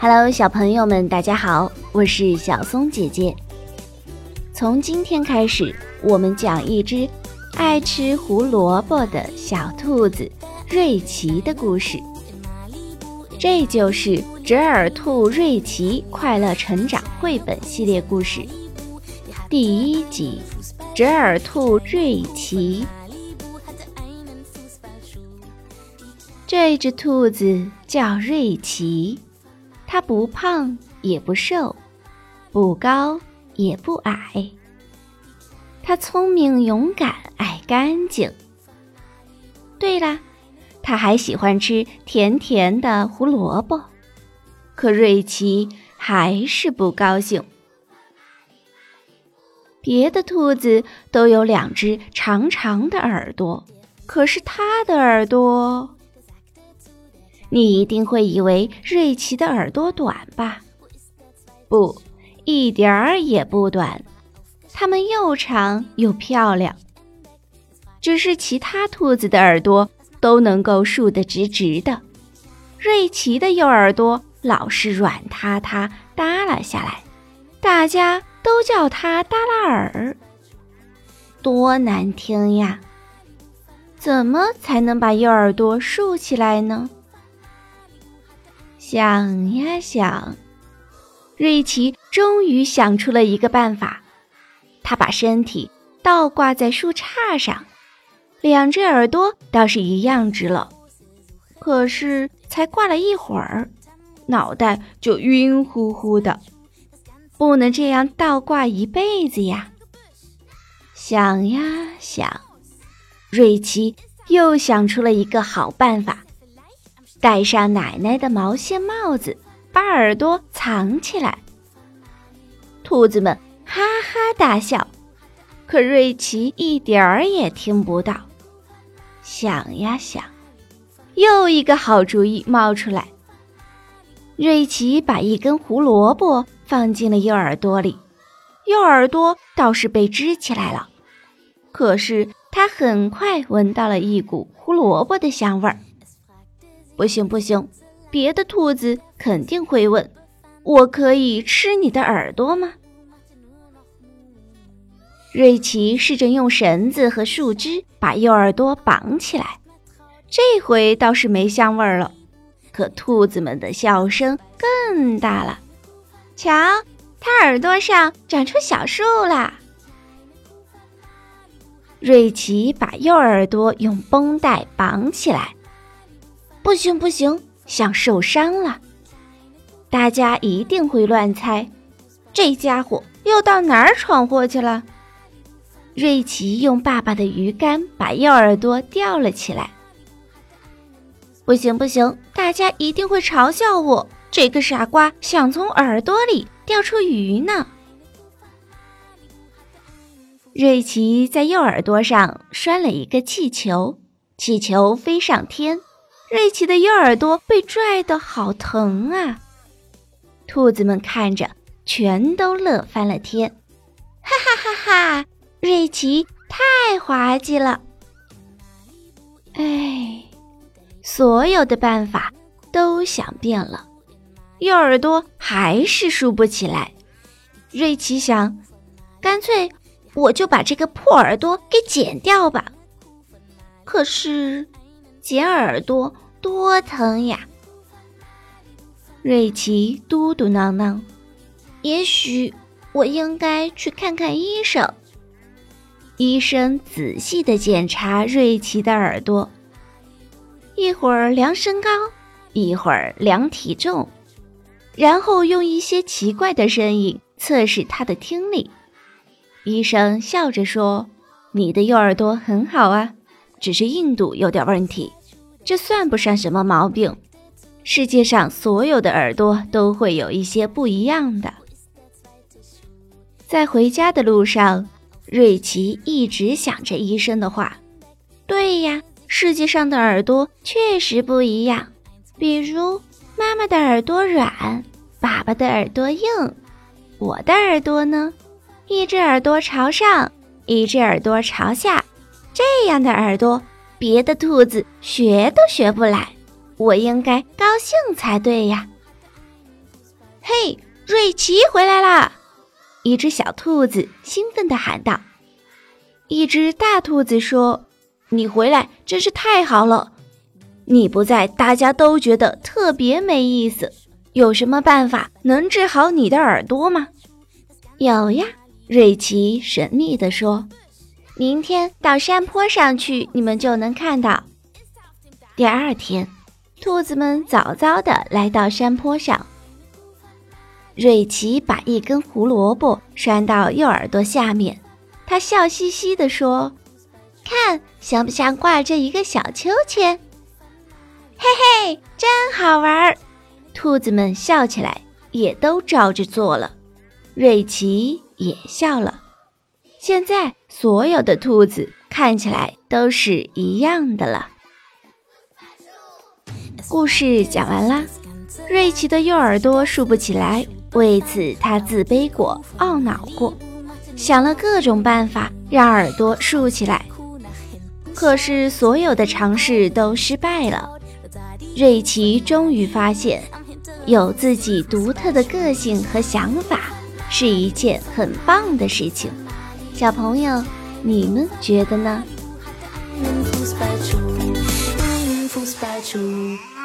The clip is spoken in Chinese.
Hello， 小朋友们，大家好，我是小松姐姐。从今天开始，我们讲一只爱吃胡萝卜的小兔子瑞奇的故事。这就是折耳兔瑞奇快乐成长绘本系列故事第1集，折耳兔瑞奇。这只兔子叫瑞奇，它不胖也不瘦，不高也不矮。它聪明勇敢，爱干净。对了，它还喜欢吃甜甜的胡萝卜。可瑞奇还是不高兴。别的兔子都有2只长长的耳朵，可是它的耳朵……你一定会以为瑞奇的耳朵短吧？不，一点儿也不短，它们又长又漂亮。只是其他兔子的耳朵都能够竖得直直的，瑞奇的右耳朵老是软塌塌耷拉下来，大家都叫它耷拉耳。多难听呀！怎么才能把右耳朵竖起来呢？想呀想，瑞奇终于想出了一个办法。他把身体倒挂在树杈上，2只耳朵倒是一样直了。可是才挂了一会儿，脑袋就晕乎乎的。不能这样倒挂一辈子呀！想呀想，瑞奇又想出了一个好办法。戴上奶奶的毛线帽子，把耳朵藏起来。兔子们哈哈大笑，可瑞奇一点儿也听不到。想呀想，又一个好主意冒出来。瑞奇把一根胡萝卜放进了右耳朵里，右耳朵倒是被支起来了。可是他很快闻到了一股胡萝卜的香味儿。不行不行，别的兔子肯定会问，我可以吃你的耳朵吗？瑞奇试着用绳子和树枝把右耳朵绑起来，这回倒是没香味儿了。可兔子们的笑声更大了。瞧，它耳朵上长出小树啦！瑞奇把右耳朵用绷带绑起来。不行不行，像受伤了。大家一定会乱猜，这家伙又到哪儿闯祸去了？瑞奇用爸爸的鱼竿把右耳朵吊了起来。不行不行，大家一定会嘲笑我，这个傻瓜想从耳朵里钓出鱼呢。瑞奇在右耳朵上拴了一个气球，气球飞上天。瑞奇的右耳朵被拽得好疼啊！兔子们看着，全都乐翻了天。哈哈哈哈！瑞奇太滑稽了。哎，所有的办法都想遍了，右耳朵还是竖不起来。瑞奇想，干脆我就把这个破耳朵给剪掉吧。可是剪耳朵多疼呀！瑞奇嘟嘟囔囔，也许我应该去看看医生。医生仔细地检查瑞奇的耳朵，一会儿量身高，一会儿量体重，然后用一些奇怪的声音测试他的听力。医生笑着说，你的右耳朵很好啊，只是硬度有点问题，这算不上什么毛病。世界上所有的耳朵都会有一些不一样的。在回家的路上，瑞奇一直想着医生的话。对呀，世界上的耳朵确实不一样。比如妈妈的耳朵软，爸爸的耳朵硬，我的耳朵呢？一只耳朵朝上，一只耳朵朝下，这样的耳朵别的兔子学都学不来，我应该高兴才对呀。 嘿，瑞奇回来啦！一只小兔子兴奋地喊道。一只大兔子说，你回来真是太好了，你不在大家都觉得特别没意思，有什么办法能治好你的耳朵吗？有呀，瑞奇神秘地说，明天到山坡上去，你们就能看到。第二天，兔子们早早地来到山坡上，瑞奇把一根胡萝卜拴到右耳朵下面，他笑嘻嘻地说，看，像不像挂着一个小秋千？嘿嘿，真好玩！兔子们笑起来，也都照着做了。瑞奇也笑了。现在所有的兔子看起来都是一样的了。故事讲完啦。瑞奇的右耳朵竖不起来，为此他自卑过，懊恼过，想了各种办法让耳朵竖起来，可是所有的尝试都失败了。瑞奇终于发现，有自己独特的个性和想法是一件很棒的事情。小朋友，你们觉得呢？